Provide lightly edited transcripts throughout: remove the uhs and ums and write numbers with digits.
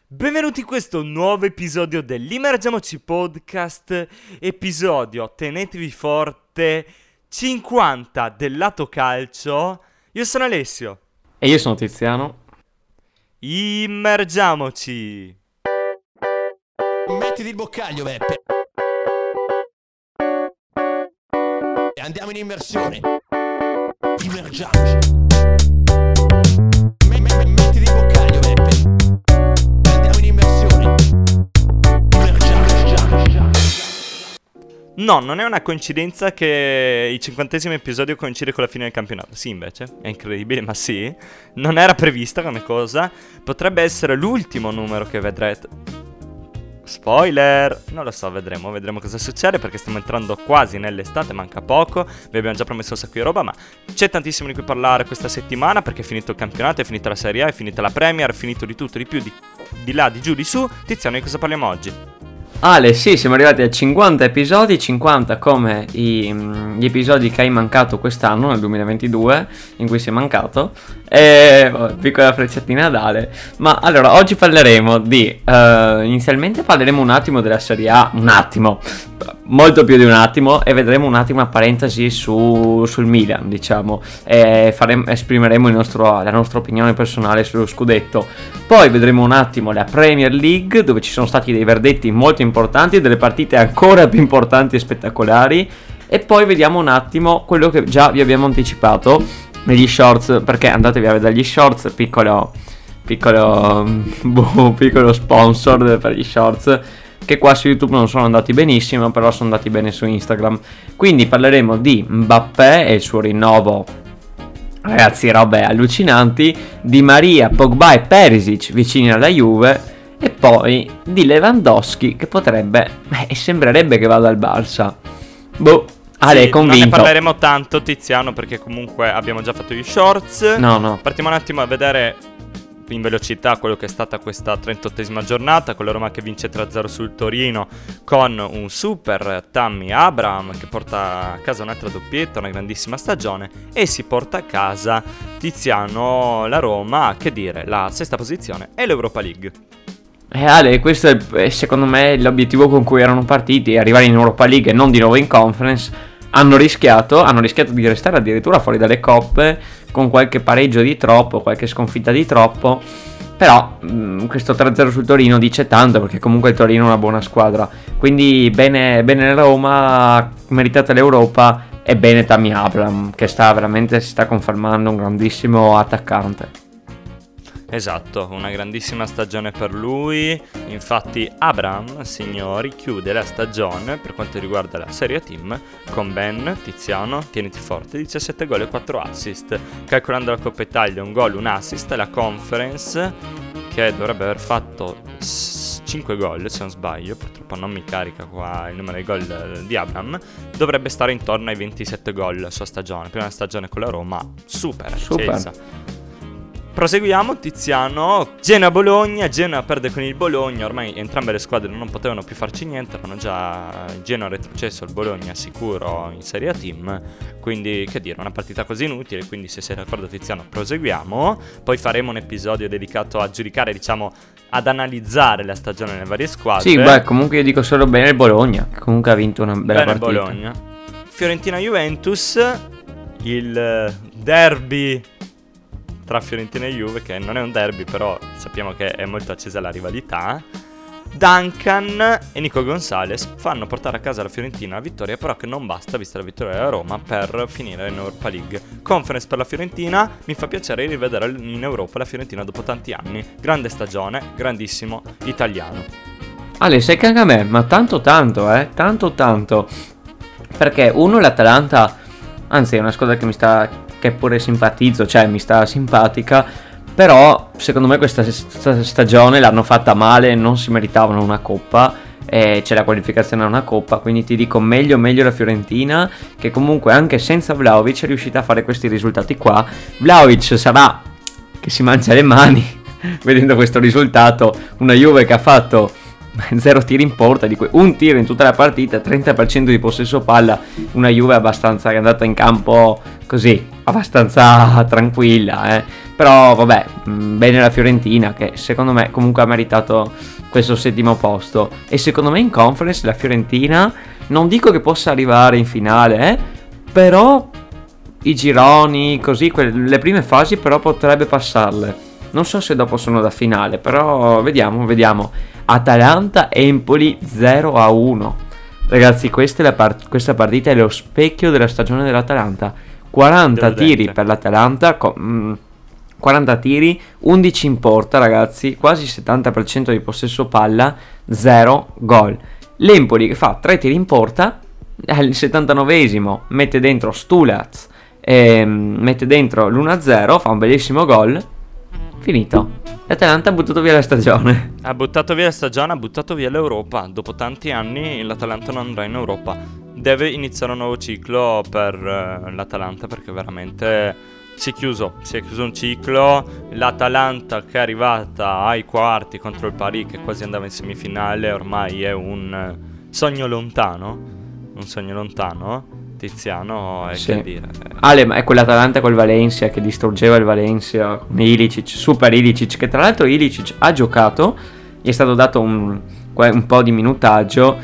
Benvenuti in questo nuovo episodio dell'Immergiamoci Podcast, episodio, tenetevi forte, 50 del lato calcio. Io sono Alessio. E io sono Tiziano. Immergiamoci. Mettiti il boccaglio, Beppe. E andiamo in immersione. Immergiamoci. Mettiti il boccaglio, Beppe. E andiamo in immersione. Immergiamoci. No, non è una coincidenza che il 50esimo episodio coincide con la fine del campionato. Sì, invece, è incredibile, ma sì. Non era prevista come cosa. Potrebbe essere l'ultimo numero che vedrete. Spoiler! Non lo so, vedremo cosa succede, perché stiamo entrando quasi nell'estate, manca poco. Vi abbiamo già promesso un sacco di roba, ma c'è tantissimo di cui parlare questa settimana, perché è finito il campionato, è finita la Serie A, è finita la Premier, è finito di tutto, di più, di là, di giù, di su. Tiziano, di cosa parliamo oggi? Ale, sì, siamo arrivati a 50 episodi, 50 come gli episodi che hai mancato quest'anno, nel 2022, in cui sei mancato. Piccola frecciatina ad Ale. Ma allora, oggi parleremo di... inizialmente parleremo un attimo della Serie A, un attimo, molto più di un attimo, e vedremo un attimo una parentesi sul Milan, diciamo. Esprimeremo la nostra opinione personale sullo scudetto. Poi vedremo un attimo la Premier League, dove ci sono stati dei verdetti molto importanti e delle partite ancora più importanti e spettacolari. E poi vediamo un attimo quello che già vi abbiamo anticipato negli shorts, perché andatevi a vedere gli shorts, piccolo sponsor per gli shorts, che qua su YouTube non sono andati benissimo, però sono andati bene su Instagram. Quindi parleremo di Mbappé e il suo rinnovo. Ragazzi, robe allucinanti. Di Maria, Pogba e Perisic vicini alla Juve. E poi di Lewandowski, che potrebbe e sembrerebbe che vada al Barça. Boh, Ale, sì, è convinto. Non ne parleremo tanto, Tiziano, perché comunque abbiamo già fatto gli shorts. No. Partiamo un attimo a vedere in velocità quello che è stata questa 38esima giornata, con la Roma che vince 3-0 sul Torino, con un super Tammy Abraham che porta a casa un'altra doppietta, una grandissima stagione, e si porta a casa, Tiziano, la Roma, che dire, la sesta posizione e l'Europa League. Ale, questo è secondo me l'obiettivo con cui erano partiti, arrivare in Europa League e non di nuovo in Conference. Hanno rischiato di restare addirittura fuori dalle coppe, con qualche pareggio di troppo, qualche sconfitta di troppo. Però questo 3-0 sul Torino dice tanto, perché comunque il Torino è una buona squadra. Quindi bene Roma, meritata l'Europa, e bene Tammy Abraham, che si sta confermando un grandissimo attaccante. Esatto, una grandissima stagione per lui. Infatti Abraham, signori, chiude la stagione per quanto riguarda la Serie Team con ben, Tiziano, tieniti forte, 17 gol e 4 assist. Calcolando la Coppa Italia, un gol, un assist, e la Conference, che dovrebbe aver fatto 5 gol, se non sbaglio, purtroppo non mi carica qua il numero dei gol di Abraham, dovrebbe stare intorno ai 27 gol sua stagione. Prima stagione con la Roma, super. Eccelsa. Proseguiamo, Tiziano. Genoa-Bologna. Genoa perde con il Bologna. Ormai entrambe le squadre non potevano più farci niente. Erano già il Genoa retrocesso, il Bologna sicuro in Serie A Team. Quindi, che dire, una partita così inutile. Quindi, se sei d'accordo, Tiziano, proseguiamo. Poi faremo un episodio dedicato a giudicare, diciamo, ad analizzare la stagione nelle varie squadre. Sì, comunque io dico solo bene il Bologna, che comunque ha vinto una bella partita. Bene Bologna. Fiorentina-Juventus. Il derby tra Fiorentina e Juve, che non è un derby, però sappiamo che è molto accesa la rivalità. Duncan e Nico Gonzalez fanno portare a casa la Fiorentina la vittoria, però che non basta, vista la vittoria della Roma, per finire in Europa League. Conference per la Fiorentina, mi fa piacere rivedere in Europa la Fiorentina dopo tanti anni. Grande stagione, grandissimo italiano. Ale, sai che anche a me, ma tanto, perché uno, l'Atalanta, anzi è una squadra che pure simpatizzo, cioè mi sta simpatica, però secondo me questa stagione l'hanno fatta male, non si meritavano una coppa, e c'è la qualificazione a una coppa, quindi ti dico meglio la Fiorentina, che comunque anche senza Vlahovic è riuscita a fare questi risultati qua. Vlahovic sarà che si mangia le mani vedendo questo risultato, una Juve che ha fatto 0 tiri in porta, un tiro in tutta la partita, 30% di possesso palla, una Juve abbastanza che è andata in campo così, abbastanza tranquilla, Però vabbè, bene la Fiorentina che secondo me comunque ha meritato questo settimo posto, e secondo me in Conference la Fiorentina non dico che possa arrivare in finale, però i gironi così, le prime fasi però potrebbe passarle. Non so se dopo sono da finale, però vediamo. Atalanta-Empoli 0-1. Ragazzi, questa partita è lo specchio della stagione dell'Atalanta. 40 tiri per l'Atalanta, 40 tiri, 11 in porta, ragazzi, quasi 70% di possesso palla, 0 gol. L'Empoli che fa 3 tiri in porta, al 79esimo mette dentro Stulaz, mette dentro l'1-0, fa un bellissimo gol. Finito. L'Atalanta ha buttato via la stagione. Ha buttato via la stagione, ha buttato via l'Europa. Dopo tanti anni l'Atalanta non andrà in Europa. Deve iniziare un nuovo ciclo per l'Atalanta, perché veramente si è chiuso un ciclo. L'Atalanta che è arrivata ai quarti contro il Paris, che quasi andava in semifinale, ormai è un sogno lontano. Tiziano, e sì. che dire. Ale, ma è quell'Atalanta col Valencia che distruggeva il Valencia, con Ilicic, super Ilicic, che tra l'altro Ilicic ha giocato, gli è stato dato un po' di minutaggio,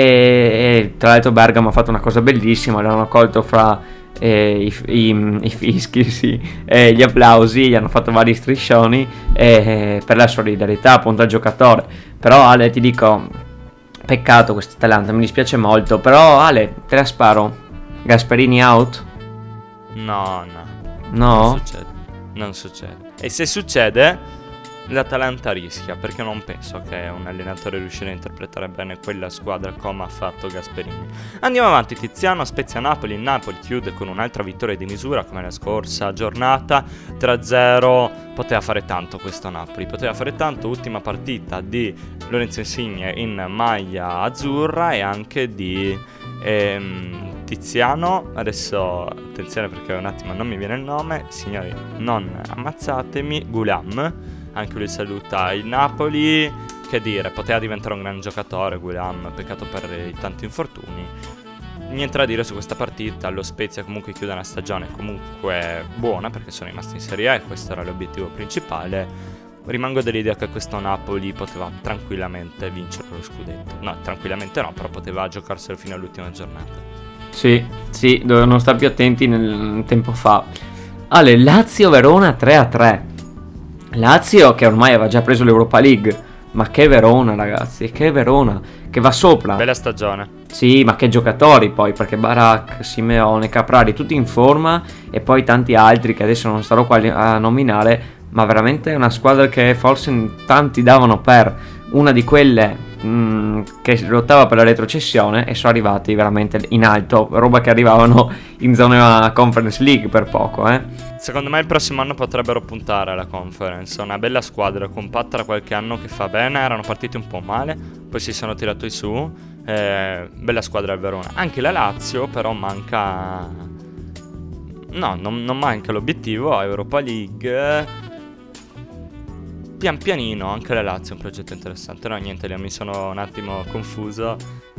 e tra l'altro Bergamo ha fatto una cosa bellissima, l'hanno accolto fra i fischi, sì, gli applausi, gli hanno fatto vari striscioni per la solidarietà appunto al giocatore. Però Ale, ti dico, peccato questa Atalanta, mi dispiace molto, però Ale, te la sparo. Gasperini out? No. No? Non succede. E se succede, l'Atalanta rischia, perché non penso che un allenatore riuscirà a interpretare bene quella squadra come ha fatto Gasperini. Andiamo avanti, Tiziano, Spezia-Napoli. Napoli chiude con un'altra vittoria di misura come la scorsa giornata, 3-0. Poteva fare tanto questo Napoli, ultima partita di Lorenzo Insigne in maglia azzurra e anche di Tiziano. Adesso attenzione perché un attimo non mi viene il nome, signori, non ammazzatemi. Gulam, anche lui saluta il Napoli. Che dire, poteva diventare un gran giocatore Gulam, peccato per i tanti infortuni. Niente da dire su questa partita. Lo Spezia comunque chiude una stagione comunque buona, perché sono rimasti in Serie A e questo era l'obiettivo principale. Rimango dell'idea che questo Napoli poteva tranquillamente vincere lo scudetto. No, tranquillamente no, però poteva giocarselo fino all'ultima giornata. Sì, dovevano stare più attenti nel tempo fa. Ale, Lazio-Verona 3-3. Lazio che ormai aveva già preso l'Europa League. Ma che Verona, ragazzi, che Verona, che va sopra. Bella stagione. Sì, ma che giocatori poi, perché Barak, Simeone, Caprari, tutti in forma, e poi tanti altri che adesso non starò qua a nominare. Ma veramente è una squadra che forse tanti davano per una di quelle che lottava per la retrocessione, e sono arrivati veramente in alto, roba che arrivavano in zona Conference League per poco, Secondo me il prossimo anno potrebbero puntare alla Conference. Una bella squadra, compatta da qualche anno che fa bene. Erano partiti un po' male, poi si sono tirati su. Bella squadra il Verona. Anche la Lazio però manca. No, non manca l'obiettivo Europa League. Pian pianino anche la Lazio è un progetto interessante. No, niente, mi sono un attimo confuso.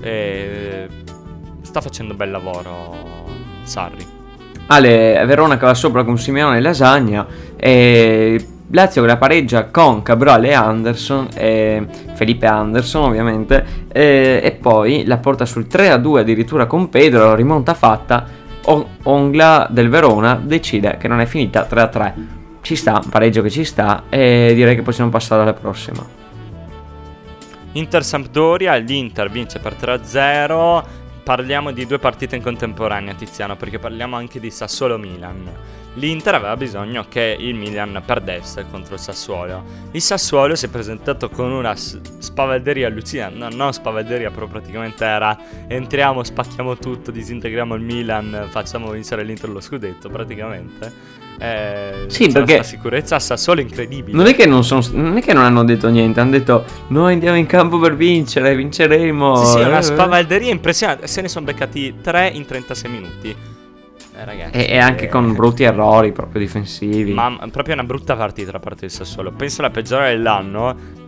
Sta facendo bel lavoro Sarri. Ale, Verona che va sopra con Simeone e Lasagna, e Lazio che la pareggia con Cabral e Anderson, Felipe Anderson ovviamente, e poi la porta sul 3-2 addirittura con Pedro, rimonta fatta. Ongla del Verona decide che non è finita 3-3. Ci sta, un pareggio che ci sta, e direi che possiamo passare alla prossima. Inter-Sampdoria, l'Inter vince per 3-0. Parliamo di due partite in contemporanea, Tiziano, perché parliamo anche di Sassuolo-Milan. L'Inter aveva bisogno che il Milan perdesse contro il Sassuolo. Il Sassuolo si è presentato con una spavalderia allucinante. No, non spavalderia, però praticamente era: entriamo, spacchiamo tutto, disintegriamo il Milan, facciamo vincere l'Inter lo scudetto, praticamente. Sì, c'è perché una sicurezza a Sassuolo incredibile. Non è che non hanno detto niente, hanno detto noi andiamo in campo per vincere, vinceremo. Sì, una spavalderia impressionante. Se ne sono beccati 3 in 36 minuti. Ragazzi, e anche con brutti errori proprio difensivi. Ma proprio una brutta partita da parte del Sassuolo. Penso la peggiore dell'anno.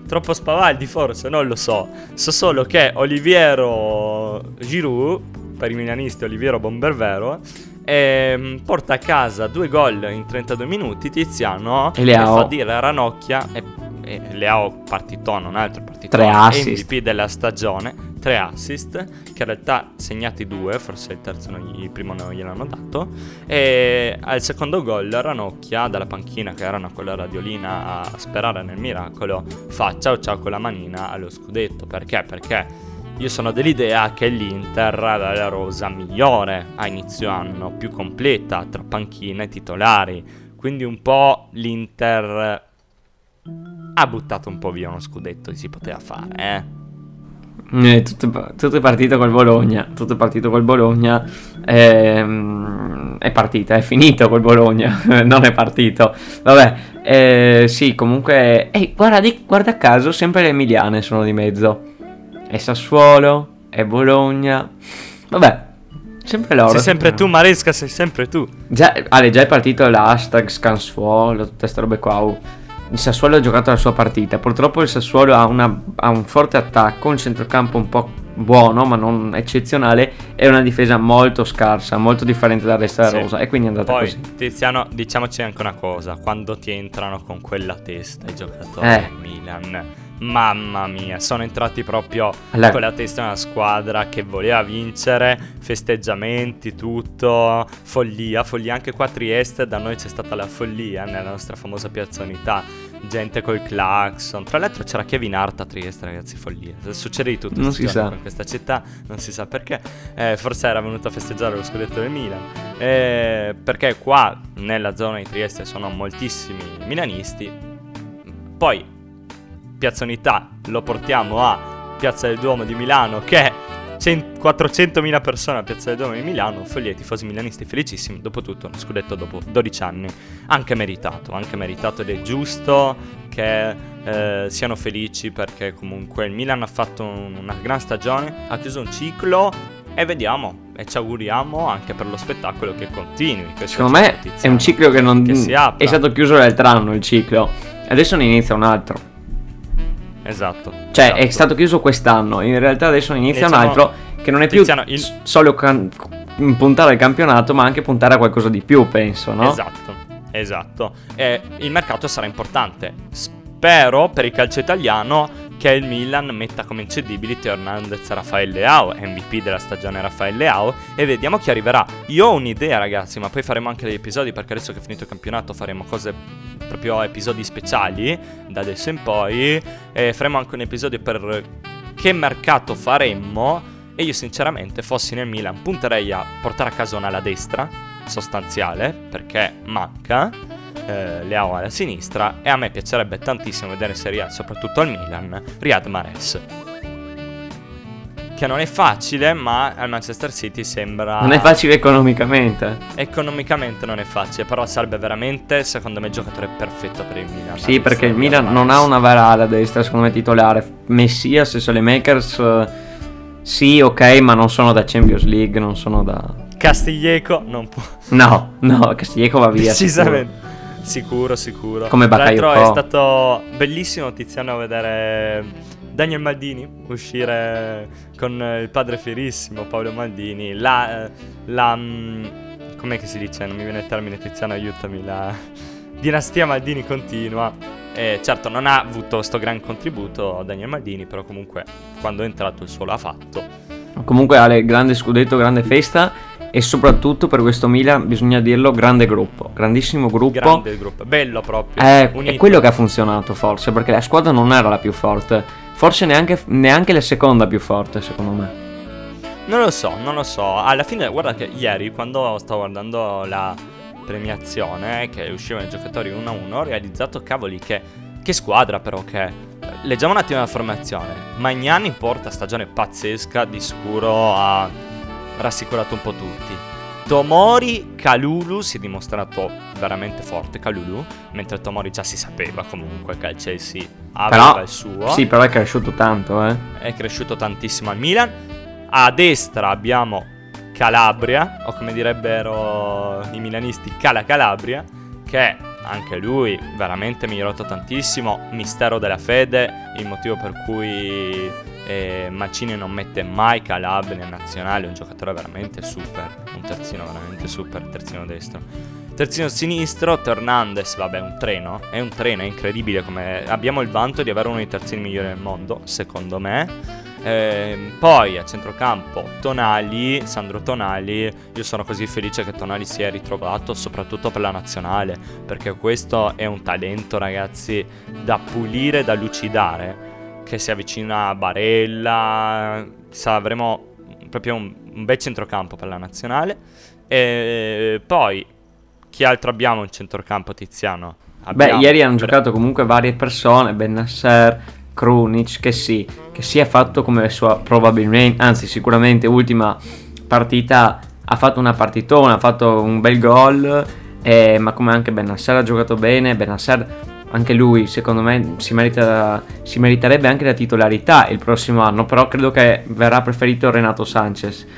Troppo spavaldi forse, non lo so. So solo che Oliviero Giroud, per i milanisti Oliviero Bombervero, porta a casa 2 gol in 32 minuti, Tiziano, E Leao. fa dire a Ranocchia, e Leao partitone, un altro partitone, 3 assist. MVP della stagione, 3 assist, che in realtà segnati 2, forse il terzo il primo non gliel'hanno dato, e al secondo gol Ranocchia dalla panchina, che erano con la radiolina a sperare nel miracolo, fa ciao ciao con la manina allo scudetto. Perché io sono dell'idea che l'Inter aveva la rosa migliore a inizio anno, più completa, tra panchine e titolari, quindi un po' l'Inter ha buttato un po' via uno scudetto che si poteva fare, Tutto è partito col Bologna. Tutto è partito col Bologna. È partita, è finito col Bologna. Non è partito. Vabbè, sì, comunque. Guarda caso, sempre le emiliane sono di mezzo. È Sassuolo, è Bologna. Vabbè, sempre loro. Sei sempre tu, Maresca, sei sempre tu. Già è partito l'hashtag Scansuolo, tutte queste robe qua. Il Sassuolo ha giocato la sua partita. Purtroppo il Sassuolo ha un forte attacco, un centrocampo un po' buono ma non eccezionale, e una difesa molto scarsa, molto differente dal resto della Sì. rosa, e quindi è andata Poi, così. Tiziano, diciamoci anche una cosa: quando ti entrano con quella testa i giocatori del Milan, mamma mia, sono entrati proprio con la testa nella squadra che voleva vincere, festeggiamenti, tutto, follia. Anche qua a Trieste da noi c'è stata la follia nella nostra famosa Piazza Unità, gente col clacson. Tra l'altro c'era Kevin Hart a Trieste, ragazzi, follia. Succede di tutto Non si sa. in questa città, non si sa perché. Forse era venuto a festeggiare lo scudetto del Milan, perché qua nella zona di Trieste sono moltissimi milanisti. Poi Piazza Unità lo portiamo a Piazza del Duomo di Milano, che è 400.000 persone a Piazza del Duomo di Milano, follia, tifosi milanisti felicissimi. Dopotutto uno scudetto dopo 12 anni, anche meritato, ed è giusto che siano felici, perché comunque il Milan ha fatto una gran stagione, ha chiuso un ciclo, e vediamo e ci auguriamo anche per lo spettacolo che continui. Secondo me è un ciclo che non si apra. è stato chiuso l'altro anno, il ciclo, adesso ne inizia un altro. Esatto. Cioè esatto. è stato chiuso quest'anno, in realtà adesso inizia Diciamo, un altro che non è più Tiziano, solo puntare al campionato, ma anche puntare a qualcosa di più, penso, no? Esatto. E il mercato sarà importante. Spero per il calcio italiano che il Milan metta come incedibili Teo Hernandez e Rafael Leao, MVP della stagione Rafael Leao, e vediamo chi arriverà. Io ho un'idea, ragazzi, ma poi faremo anche degli episodi, perché adesso che è finito il campionato faremo cose, proprio episodi speciali da adesso in poi, e faremo anche un episodio per che mercato faremmo. E io sinceramente, fossi nel Milan, punterei a portare a casa un'ala destra sostanziale, perché manca Leao alla sinistra, e a me piacerebbe tantissimo vedere in Serie A, soprattutto al Milan, Riyad Mahrez, che non è facile, ma al Manchester City sembra... Non è facile economicamente. Economicamente non è facile, però sarebbe veramente, secondo me, il giocatore perfetto per il Milan. Sì, perché il Milan non ha una vera ala destra, secondo me, titolare. Messias e Saelemaekers, sì, ok, ma non sono da Champions League, non sono da... Castiglieco non può... No, Castiglieco va via. Decisamente. Sicuro. Come Tra l'altro Bakayoko. è stato bellissimo, Tiziano, vedere Daniel Maldini uscire con il padre fierissimo Paolo Maldini. Com'è che si dice? Non mi viene il termine, Tiziano, aiutami. La dinastia Maldini continua. Certo, non ha avuto sto gran contributo Daniel Maldini, però comunque quando è entrato il suo l'ha fatto. Comunque Ale, grande scudetto, grande festa, e soprattutto per questo Milan, bisogna dirlo, grande gruppo, grandissimo gruppo. Grande gruppo, bello proprio. È unito. quello che ha funzionato forse, perché la squadra non era la più forte, forse neanche la seconda più forte, secondo me. Non lo so. Alla fine, guarda che ieri, quando stavo guardando la premiazione, che uscivano i giocatori 1-1, ho realizzato, cavoli, che squadra però, che... Leggiamo un attimo la formazione. Magnani in porta, stagione pazzesca, di sicuro ha rassicurato un po' tutti. Tomori, Kalulu, si è dimostrato veramente forte Kalulu, mentre Tomori già si sapeva comunque che il Chelsea aveva il suo. Sì, però è cresciuto tanto, È cresciuto tantissimo al Milan. A destra abbiamo Calabria, o come direbbero i milanisti, Calabria, che anche lui veramente migliorato tantissimo. Mistero della fede, il motivo per cui Mancini non mette mai Calabria in nazionale, un giocatore veramente super, un terzino veramente super, terzino destro. Terzino sinistro, Hernandez, vabbè, è un treno, è incredibile come abbiamo il vanto di avere uno dei terzini migliori del mondo, secondo me. Poi a centrocampo Sandro Tonali. Io sono così felice che Tonali si è ritrovato, soprattutto per la nazionale, perché questo è un talento, ragazzi, da pulire, da lucidare, che si avvicina a Barella. Avremo proprio un bel centrocampo per la nazionale. E poi chi altro abbiamo in centrocampo, Tiziano? Ieri hanno giocato comunque varie persone, Bennacer, Krunic, che si è fatto come sua probabilmente, anzi sicuramente ultima partita, ha fatto una partitona, ha fatto un bel gol, ma come anche Bennacer ha giocato bene. Bennacer anche lui secondo me si meriterebbe anche la titolarità il prossimo anno, però credo che verrà preferito Renato Sanchez.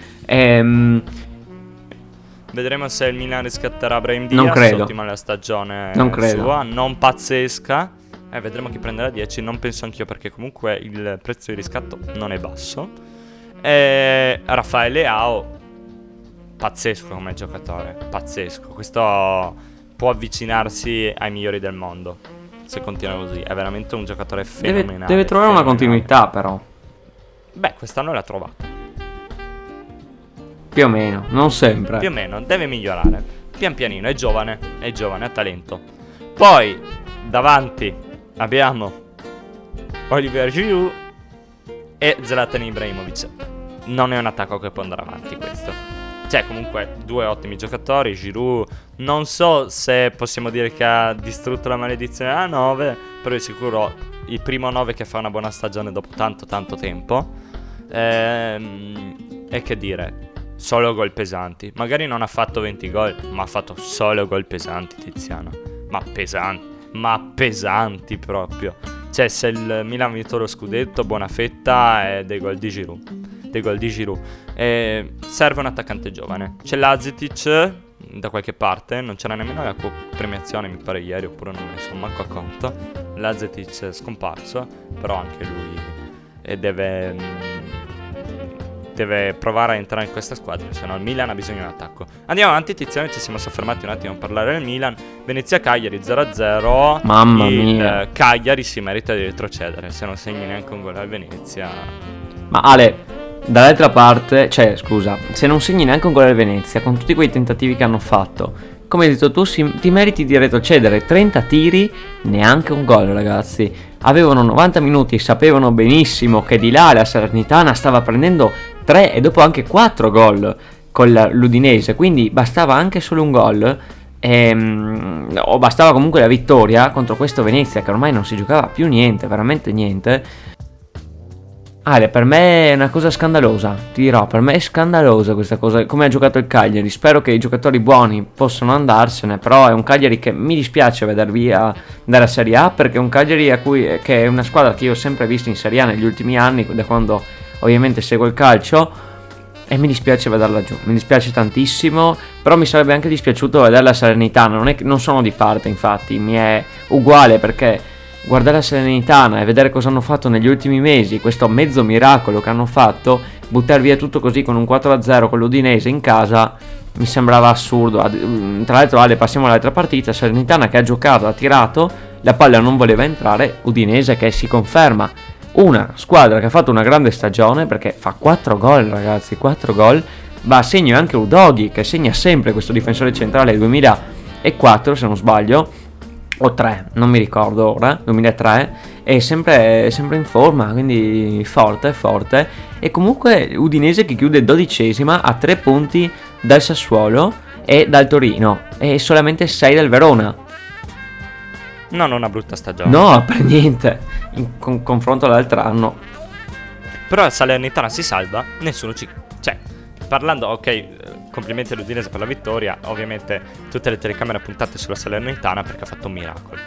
Vedremo se il Milan riscatterà Brahim Diaz. Non credo. Ottima la stagione sua, non pazzesca. Vedremo chi prenderà 10. Non penso anch'io, perché comunque il prezzo di riscatto non è basso. Raffaele Leao, pazzesco come giocatore, pazzesco. Questo può avvicinarsi ai migliori del mondo se continua così. È veramente un giocatore fenomenale. Deve trovare una continuità, però. Quest'anno l'ha trovata. Più o meno, non sempre. Più o meno, deve migliorare. Pian pianino, è giovane, ha talento. Poi, davanti abbiamo Olivier Giroud e Zlatan Ibrahimovic. Non è un attacco che può andare avanti questo. Cioè, comunque, due ottimi giocatori. Giroud, non so se possiamo dire che ha distrutto la maledizione a 9, però di sicuro il primo 9 che fa una buona stagione dopo tanto tempo. E che dire, solo gol pesanti. Magari non ha fatto 20 gol, ma ha fatto solo gol pesanti, Tiziano. Ma pesanti proprio. Cioè, se il Milan ha vinto lo scudetto, buona fetta, è dei gol di Giroud. Serve un attaccante giovane. C'è Lazetic da qualche parte, non c'era nemmeno la premiazione, mi pare ieri, oppure non me ne sono manco accorto. Lazetic è scomparso, però anche lui deve provare a entrare in questa squadra, se no il Milan ha bisogno di un attacco. Andiamo avanti, Tiziano, ci siamo soffermati un attimo a parlare del Milan. Venezia-Cagliari 0-0. Mamma mia. Cagliari si merita di retrocedere, se non segni neanche un gol al Venezia. Ma Ale, dall'altra parte, cioè scusa, se non segni neanche un gol al Venezia, con tutti quei tentativi che hanno fatto, come hai detto tu, ti meriti di retrocedere. 30 tiri, neanche un gol, ragazzi. Avevano 90 minuti e sapevano benissimo che di là la Salernitana stava prendendo 3 e dopo anche 4 gol con l'Udinese, quindi bastava anche solo un gol, o bastava comunque la vittoria contro questo Venezia che ormai non si giocava più niente, veramente niente. Per me è una cosa scandalosa, ti dirò, per me è scandalosa questa cosa, come ha giocato il Cagliari. Spero che i giocatori buoni possano andarsene, però è un Cagliari che mi dispiace vedere via dalla Serie A, perché è un Cagliari che è una squadra che io ho sempre visto in Serie A negli ultimi anni, da quando ovviamente seguo il calcio, e mi dispiace vederla giù, mi dispiace tantissimo, però mi sarebbe anche dispiaciuto vedere la Salernitana. Non sono di parte, infatti, mi è uguale, perché guardare la Salernitana e vedere cosa hanno fatto negli ultimi mesi, questo mezzo miracolo che hanno fatto, buttare via tutto così con un 4-0 con l'Udinese in casa, mi sembrava assurdo. Tra l'altro, Ale, passiamo all'altra partita. Salernitana che ha giocato, ha tirato, la palla non voleva entrare, Udinese che si conferma una squadra che ha fatto una grande stagione, perché fa 4 gol, ragazzi, 4 gol. Va a segno anche Udogi, che segna sempre, questo difensore centrale 2004 se non sbaglio, o 3, non mi ricordo ora, 2003, è sempre in forma, quindi forte. E comunque Udinese che chiude 12ª a 3 punti dal Sassuolo e dal Torino, e solamente 6 dal Verona. Non una brutta stagione. No, per niente, in confronto all'altro anno. Però la Salernitana si salva, nessuno cioè, parlando, ok, complimenti all'Udinese per la vittoria. Ovviamente tutte le telecamere puntate sulla Salernitana, perché ha fatto un miracolo.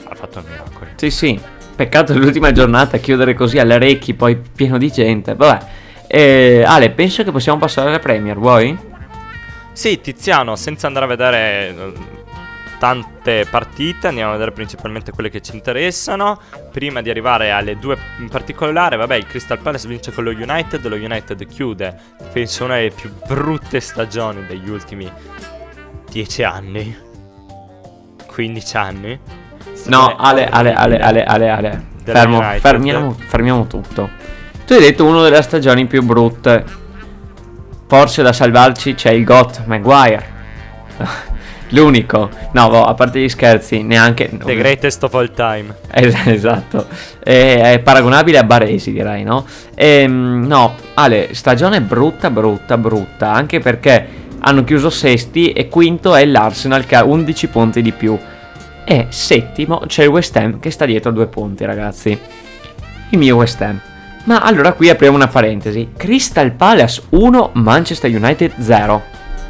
Sì, peccato l'ultima giornata chiudere così alle orecchie, poi pieno di gente. Vabbè, Ale, penso che possiamo passare alla Premier, vuoi? Sì, Tiziano, senza andare a vedere tante partite, andiamo a vedere principalmente quelle che ci interessano. Prima di arrivare alle due in particolare, vabbè, il Crystal Palace vince con lo United chiude, penso, una delle più brutte stagioni degli ultimi 10 anni, 15 anni. No, Ale. Fermiamo tutto. Tu hai detto una delle stagioni più brutte. Forse da salvarci c'è il GOAT Maguire. L'unico. No, a parte gli scherzi, neanche The greatest of all time. Esatto. È paragonabile a Baresi, direi, no? No, Ale, stagione brutta. Anche perché hanno chiuso sesti e quinto è l'Arsenal che ha 11 punti di più. E settimo c'è il West Ham che sta dietro a 2 punti, ragazzi. Il mio West Ham. Ma allora qui apriamo una parentesi. Crystal Palace 1, Manchester United 0.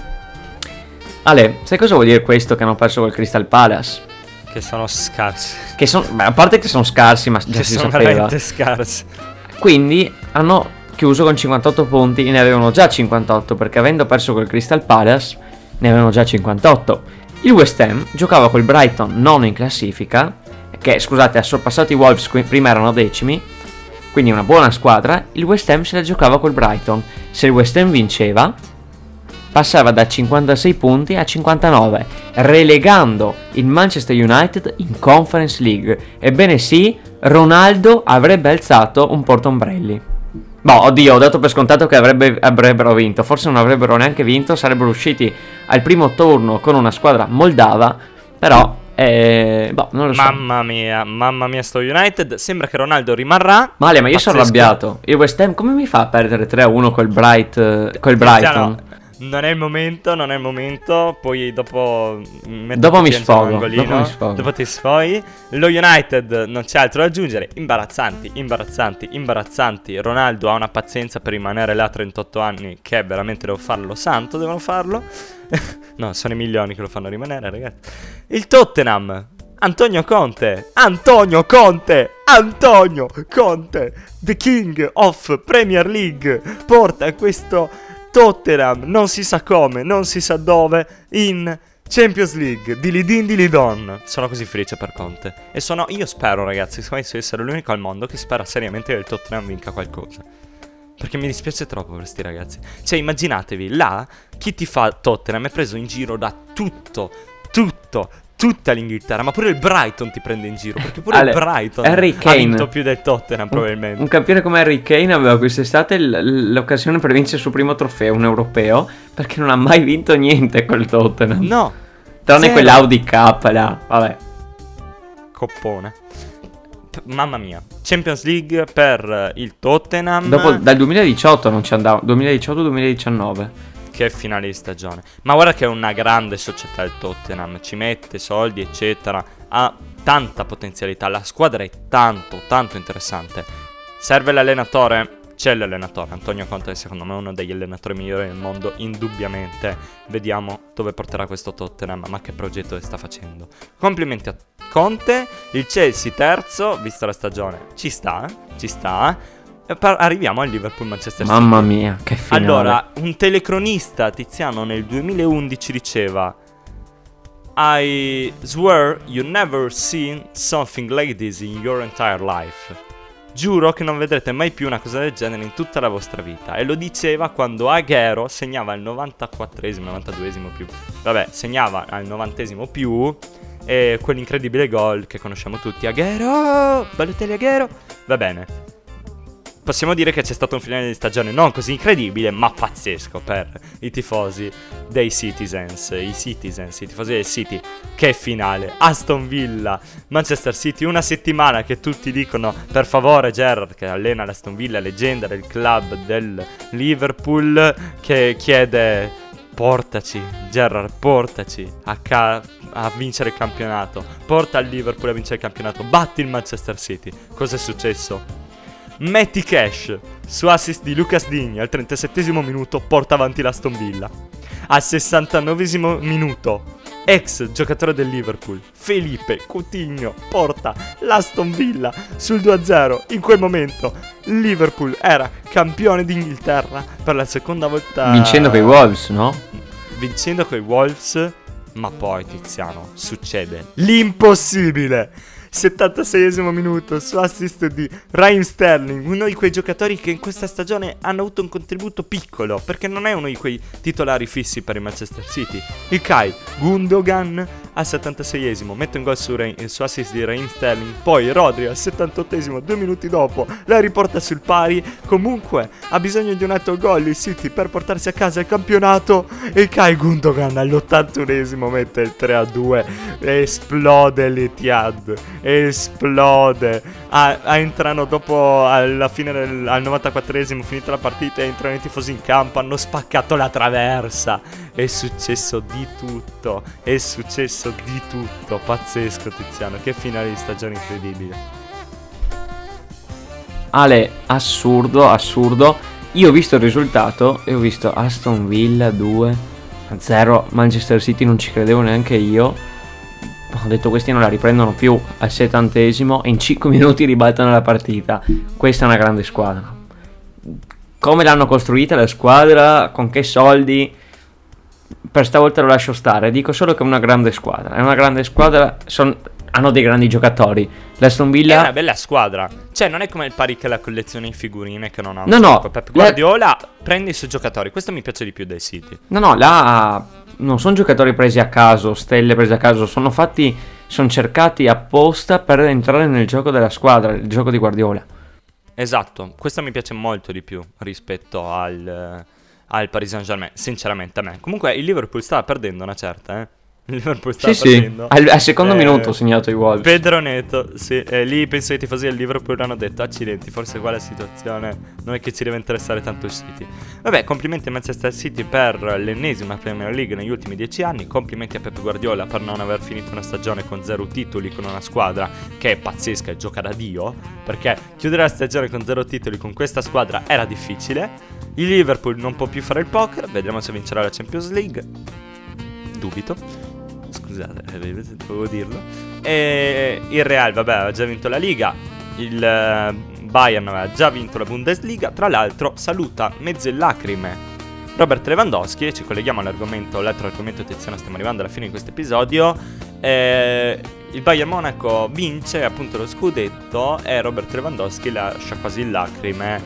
Ale, sai cosa vuol dire questo che hanno perso col Crystal Palace? Che sono scarsi. A parte che sono scarsi, ma già che si sono sapeva. veramente scarsi. Quindi hanno chiuso con 58 punti e ne avevano già 58, perché avendo perso col Crystal Palace ne avevano già 58. Il West Ham giocava col Brighton nono in classifica, che scusate ha sorpassato i Wolves, prima erano decimi, quindi una buona squadra. Il West Ham se la giocava col Brighton. Se il West Ham vinceva passava da 56 punti a 59, relegando il Manchester United in Conference League. Ebbene sì, Ronaldo avrebbe alzato un portaombrelli. Boh, oddio, ho dato per scontato che avrebbero vinto. Forse non avrebbero neanche vinto, sarebbero usciti al primo turno con una squadra moldava. Però, non lo so. Mamma mia sto United. Sembra che Ronaldo rimarrà. Male, ma io sono arrabbiato. Il West Ham come mi fa a perdere 3-1 col Brighton? Non è il momento. Poi dopo mi sfogo. Dopo ti sfoghi. Lo United non c'è altro da aggiungere. Imbarazzanti. Ronaldo ha una pazienza per rimanere là a 38 anni che veramente devono farlo. No, sono i milioni che lo fanno rimanere, ragazzi. Il Tottenham, Antonio Conte, the king of Premier League, porta questo Tottenham, non si sa come, non si sa dove, in Champions League. Dilidon. Sono così felice per Conte. E io spero, ragazzi, penso di essere l'unico al mondo che spera seriamente che il Tottenham vinca qualcosa. Perché mi dispiace troppo per sti ragazzi. Cioè, immaginatevi, là, chi ti fa Tottenham è preso in giro da tutta l'Inghilterra, ma pure il Brighton ti prende in giro, perché pure il Brighton ha vinto più del Tottenham probabilmente. Un campione come Harry Kane aveva quest'estate l'occasione per vincere il suo primo trofeo, un europeo, perché non ha mai vinto niente col Tottenham. No, tranne quell'Audi Cup là, vabbè. Coppone. Mamma mia, Champions League per il Tottenham. Dal 2018 non ci andava, 2018-2019. Che finale di stagione. Ma guarda che è una grande società il Tottenham. Ci mette soldi eccetera. Ha tanta potenzialità. La squadra è tanto interessante. Serve l'allenatore? C'è l'allenatore. Antonio Conte è secondo me uno degli allenatori migliori del mondo, indubbiamente. Vediamo dove porterà questo Tottenham, ma che progetto sta facendo. Complimenti a Conte. Il Chelsea terzo, vista la stagione. Ci sta. Arriviamo al Liverpool-Manchester City. Mamma mia, che finale. Allora, un telecronista Tiziano nel 2011 diceva: I swear you never seen something like this in your entire life. Giuro che non vedrete mai più una cosa del genere in tutta la vostra vita. E lo diceva quando Aguero segnava al 94esimo, 92esimo più. Vabbè, segnava al 90esimo più. E quell'incredibile gol che conosciamo tutti. Aguero, Balotelli Aguero. Va bene. Possiamo dire che c'è stato un finale di stagione non così incredibile, ma pazzesco per i tifosi dei Citizens, i tifosi del City. Che finale! Aston Villa, Manchester City, una settimana che tutti dicono per favore Gerrard, che allena l'Aston Villa, leggenda del club del Liverpool, che chiede portaci, Gerrard, portaci a vincere il campionato, porta il Liverpool a vincere il campionato, batti il Manchester City. Cosa è successo? Matty Cash, su assist di Lucas Digne al 37esimo minuto, porta avanti l'Aston Villa. Al 69esimo minuto, ex giocatore del Liverpool, Felipe Coutinho, porta l'Aston Villa sul 2-0. In quel momento il Liverpool era campione d'Inghilterra per la seconda volta. Vincendo coi Wolves, no? Vincendo coi Wolves, Ma poi, Tiziano, succede l'impossibile. 76esimo minuto su assist di Raheem Sterling, uno di quei giocatori che in questa stagione hanno avuto un contributo piccolo, perché non è uno di quei titolari fissi per il Manchester City. Ilkay Gundogan al 76esimo mette un gol su assist di Raheem Sterling, poi Rodri al 78esimo, 2 minuti dopo, la riporta sul pari. Comunque ha bisogno di un altro gol il City per portarsi a casa il campionato. Ilkay Gundogan all'81esimo mette il 3-2, esplode l'Etihad, esplode. Entrano dopo, alla fine al 94esimo, finita la partita, entrano i tifosi in campo, hanno spaccato la traversa. È successo di tutto, è successo di tutto. Pazzesco, Tiziano, che finale di stagione incredibile. Ale, assurdo. Io ho visto il risultato e ho visto Aston Villa 2-0 Manchester City, non ci credevo neanche io. Ho detto questi non la riprendono più. Al 70esimo e in 5 minuti ribaltano la partita. Questa è una grande squadra. Come l'hanno costruita la squadra, con che soldi, per stavolta lo lascio stare. Dico solo che è una grande squadra. È una grande squadra, hanno dei grandi giocatori. L'Aston Villa è una bella squadra. Cioè non è come il Pari che la collezione di figurine che non ha un No, sacco. Pep Guardiola prende i suoi giocatori. Questo mi piace di più del City. No, là non sono giocatori presi a caso, stelle prese a caso. Sono cercati apposta per entrare nel gioco della squadra, il gioco di Guardiola. Esatto, questo mi piace molto di più rispetto al Paris Saint-Germain, sinceramente a me. Comunque il Liverpool stava perdendo una certa, Il Liverpool stava perdendo. Al secondo minuto ho segnato i Wolves. Pedro Neto, sì, lì penso che i tifosi del Liverpool hanno detto accidenti, forse qua la situazione non è che ci deve interessare tanto il City. Vabbè, complimenti a Manchester City per l'ennesima Premier League negli ultimi 10 anni, complimenti a Pep Guardiola per non aver finito una stagione con 0 titoli con una squadra che è pazzesca e gioca da Dio, perché chiudere la stagione con 0 titoli con questa squadra era difficile. Il Liverpool non può più fare il poker, vedremo se vincerà la Champions League. Dubito. Scusate, dovevo dirlo. E il Real, vabbè, aveva già vinto la Liga. Il Bayern aveva già vinto la Bundesliga. Tra l'altro, saluta mezzo in lacrime Robert Lewandowski. E ci colleghiamo all'argomento, l'altro argomento, Tiziano, stiamo arrivando alla fine di questo episodio. Il Bayern Monaco vince appunto lo scudetto e Robert Lewandowski lascia quasi in lacrime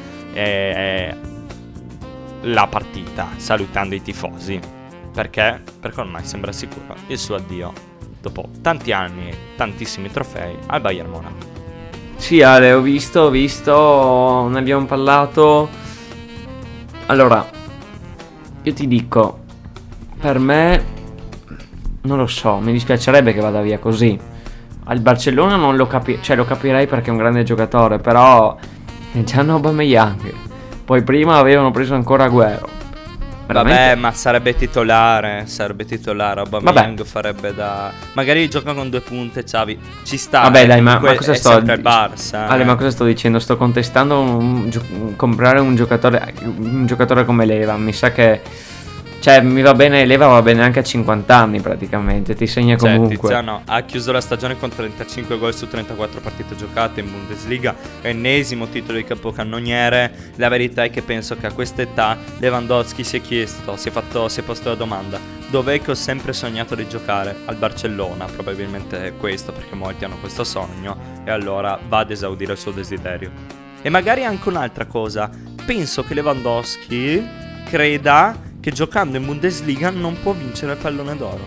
la partita, salutando i tifosi. Perché? Perché ormai sembra sicuro il suo addio dopo tanti anni e tantissimi trofei al Bayern Monaco. Sì, Ale, ho visto, ne abbiamo parlato. Allora, io ti dico, per me, non lo so, mi dispiacerebbe che vada via così. Al Barcellona non lo lo capirei perché è un grande giocatore, però è già Aubameyang. Poi prima avevano preso ancora Agüero. Veramente? Vabbè, ma sarebbe titolare Aubameyang farebbe da... Magari gioca con 2 punte, Xavi. Ci sta. Vabbè, dai, ma cosa sto sempre il Barça. Ale, ma cosa sto dicendo? Sto contestando comprare un giocatore come Leva. Mi sa che... Cioè, mi va bene, Leva va bene anche a 50 anni praticamente, ti segna comunque. Tiziano ha chiuso la stagione con 35 gol su 34 partite giocate in Bundesliga, ennesimo titolo di capocannoniere. La verità è che penso che a quest'età Lewandowski si è posto la domanda: dov'è che ho sempre sognato di giocare? Al Barcellona, probabilmente è questo, perché molti hanno questo sogno, e allora va ad esaudire il suo desiderio. E magari anche un'altra cosa, penso che Lewandowski creda che giocando in Bundesliga non può vincere il pallone d'oro.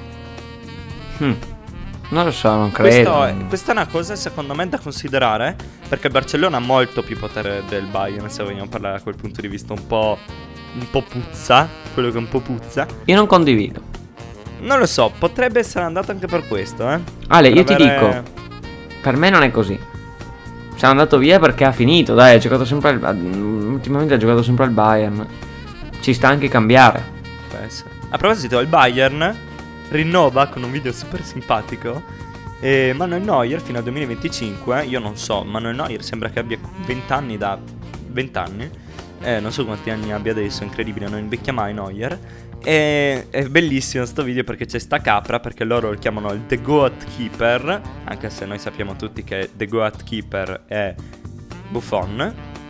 Non lo so, non credo. Questa è una cosa secondo me da considerare, perché il Barcellona ha molto più potere del Bayern, se vogliamo parlare da quel punto di vista un po' puzza, quello che un po' puzza. Io non condivido. Non lo so, potrebbe essere andato anche per questo, Ale, io ti dico, per me non è così. Sono andato via perché ha finito, dai, ultimamente ha giocato sempre al Bayern. Ci sta anche cambiare. A proposito, il Bayern rinnova con un video super simpatico Manuel Neuer fino al 2025. Io non so, Manuel Neuer sembra che abbia 20 anni da 20 anni. Non so quanti anni abbia adesso, incredibile, non invecchia mai Neuer. È bellissimo sto video perché c'è sta capra, perché loro lo chiamano il The Goat Keeper, anche se noi sappiamo tutti che The Goat Keeper è Buffon.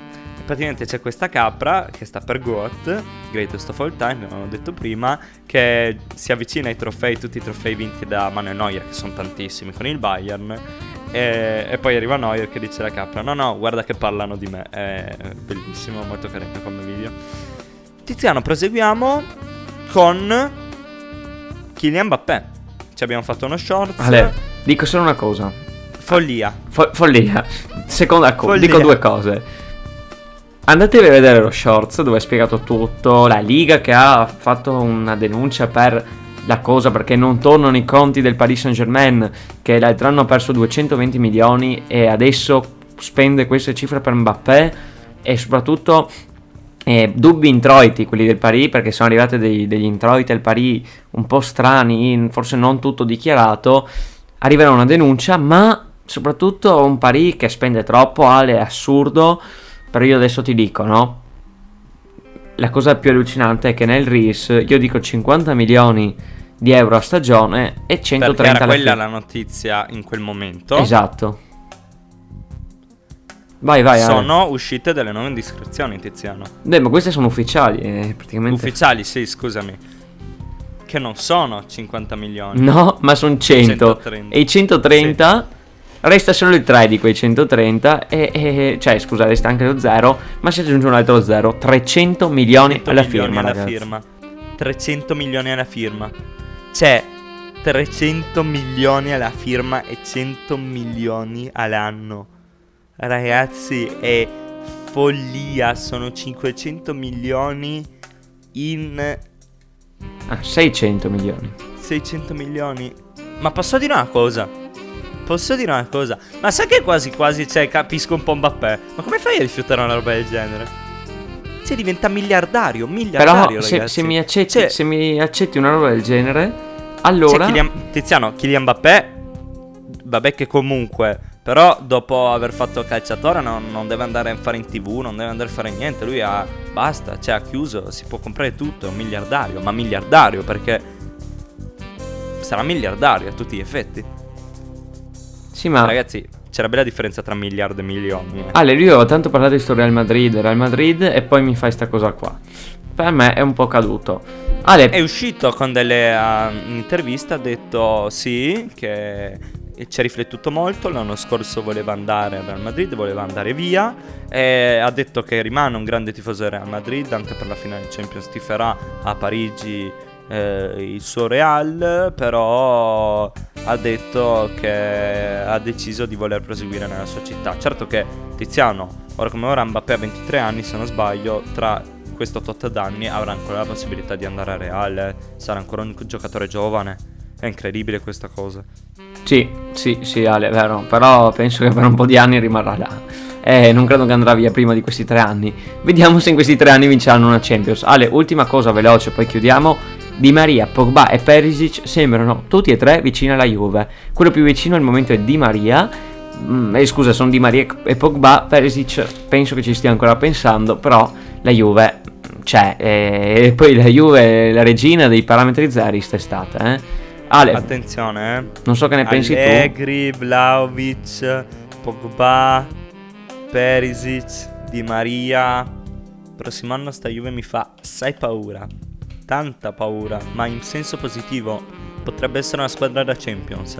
praticamente c'è questa capra che sta per GOAT, Greatest of All Time, come ho detto prima, che si avvicina ai trofei, tutti i trofei vinti da Manuel Neuer, che sono tantissimi, con il Bayern. E poi arriva Neuer che dice alla capra: no, guarda che parlano di me. È bellissimo, molto carino come video. Tiziano, proseguiamo con Kylian Mbappé. Ci abbiamo fatto uno short. Ale, dico solo una cosa. Follia. Follia. Seconda cosa, Follia. dico due cose. Andatevi a vedere lo shorts dove è spiegato tutto. La Liga che ha fatto una denuncia per la cosa perché non tornano i conti del Paris Saint-Germain, che l'altro anno ha perso 220 milioni e adesso spende queste cifre per Mbappé, e soprattutto dubbi introiti quelli del Paris, perché sono arrivati degli introiti al Paris un po' strani, forse non tutto dichiarato. Arriverà una denuncia, ma soprattutto un Paris che spende troppo. Ale, è assurdo. Però io adesso ti dico, no? La cosa più allucinante è che nel RIS io dico 50 milioni di euro a stagione e 130 perché era alla quella fine. la notizia in quel momento. Esatto. Vai, Ale. Sono uscite delle nuove indiscrezioni, Tiziano. Ma queste sono ufficiali, praticamente. Ufficiali, sì, scusami. Che non sono 50 milioni. No, ma sono 100. 130. E i 130 resta solo il 3 di quei 130 cioè, scusa, resta anche lo 0, ma si aggiunge un altro 0. 300 milioni 100 alla milioni firma, alla ragazzi. firma. 300 milioni alla firma. C'è 300 milioni alla firma e 100 milioni all'anno. Ragazzi, è follia. Sono 500 milioni in 600 milioni. 600 milioni. Ma posso dire una cosa? Ma sai che quasi quasi, cioè, capisco un po' Mbappé. Ma come fai a rifiutare una roba del genere? Cioè, diventa miliardario, Però ragazzi. se mi accetti, Cioè, se mi accetti una roba del genere, allora Tiziano, Kylian Mbappé, vabbè che comunque, però dopo aver fatto calciatore non deve andare a fare in TV, non deve andare a fare niente. Lui basta, cioè ha chiuso, si può comprare tutto, è un miliardario. Ma miliardario perché sarà miliardario a tutti gli effetti. sì, ma Ragazzi, c'è una bella differenza tra miliardo e milioni. Ale, io ho tanto parlato di sto Real Madrid e poi mi fai sta cosa qua. Per me è un po' caduto. Ale, È uscito con delle interviste, ha detto sì, che ci ha riflettuto molto. L'anno scorso voleva andare al Real Madrid, voleva andare via, e ha detto che rimane un grande tifoso del Real Madrid, anche per la finale di Champions tiferà a Parigi il suo Real, però ha detto che ha deciso di voler proseguire nella sua città. Certo che Tiziano, ora come ora Mbappé ha 23 anni se non sbaglio, tra questo tot d'anni avrà ancora la possibilità di andare a Real, sarà ancora un giocatore giovane. È incredibile questa cosa. sì, Ale, è vero. Però penso che per un po' di anni rimarrà là. Non credo che andrà via prima di questi 3 anni. Vediamo se in questi 3 anni vinceranno una Champions. Ale, ultima cosa veloce, poi chiudiamo. Di Maria, Pogba e Perisic sembrano tutti e tre vicini alla Juve. Quello più vicino al momento è Di Maria. Scusa, sono Di Maria e Pogba. Perisic penso che ci stia ancora pensando, però la Juve c'è. E poi la Juve è la regina dei parametri zeri quest'estate, Ale, Attenzione, non so che ne pensi tu. Allegri, Vlahovic, Pogba, Perisic, Di Maria. Prossimo anno sta Juve mi fa assai paura. Tanta paura, ma in senso positivo. Potrebbe essere una squadra da Champions,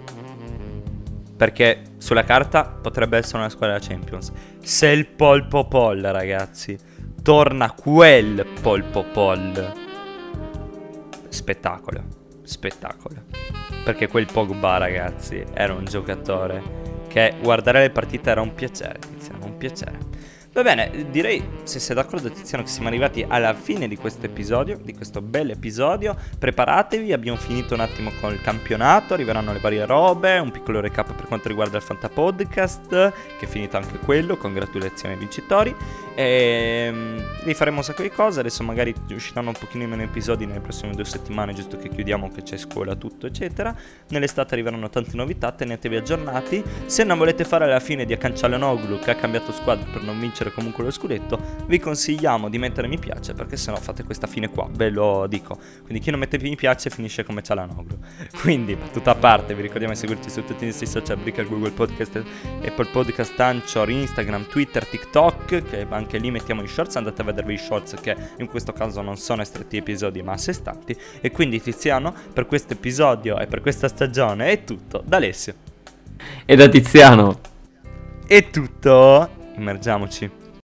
perché sulla carta potrebbe essere una squadra da Champions. Se il Pol Popol, ragazzi, torna quel Pol Popol, spettacolo. Perché quel Pogba, ragazzi, era un giocatore che guardare le partite era un piacere, Tiziano, un piacere. Va bene, direi, se sei d'accordo Tiziano, che siamo arrivati alla fine di questo episodio, di questo bel episodio. Preparatevi, abbiamo finito un attimo con il campionato, arriveranno le varie robe, un piccolo recap per quanto riguarda il Fantapodcast, che è finito anche quello, congratulazioni ai vincitori. E rifaremo un sacco di cose, adesso magari usciranno un pochino meno episodi nelle prossime 2 settimane, giusto che chiudiamo, che c'è scuola, tutto eccetera. Nell'estate arriveranno tante novità, tenetevi aggiornati. Se non volete fare la fine di Hakan Çalhanoğlu, che ha cambiato squadra per non vincere comunque lo scudetto, vi consigliamo di mettere mi piace, perché sennò fate questa fine qua, ve lo dico. Quindi chi non mette mi piace finisce come Çalhanoğlu. Quindi, battuta a parte, vi ricordiamo di seguirci su tutti i nostri social, Breaker, Google Podcast, Apple Podcast, Anchor, Instagram, Twitter, TikTok, che anche anche lì mettiamo gli shorts, andate a vedervi i shorts che in questo caso non sono estratti episodi ma a sé stanti. E quindi Tiziano, per questo episodio e per questa stagione è tutto. Da Alessio E da Tiziano. è tutto, immergiamoci.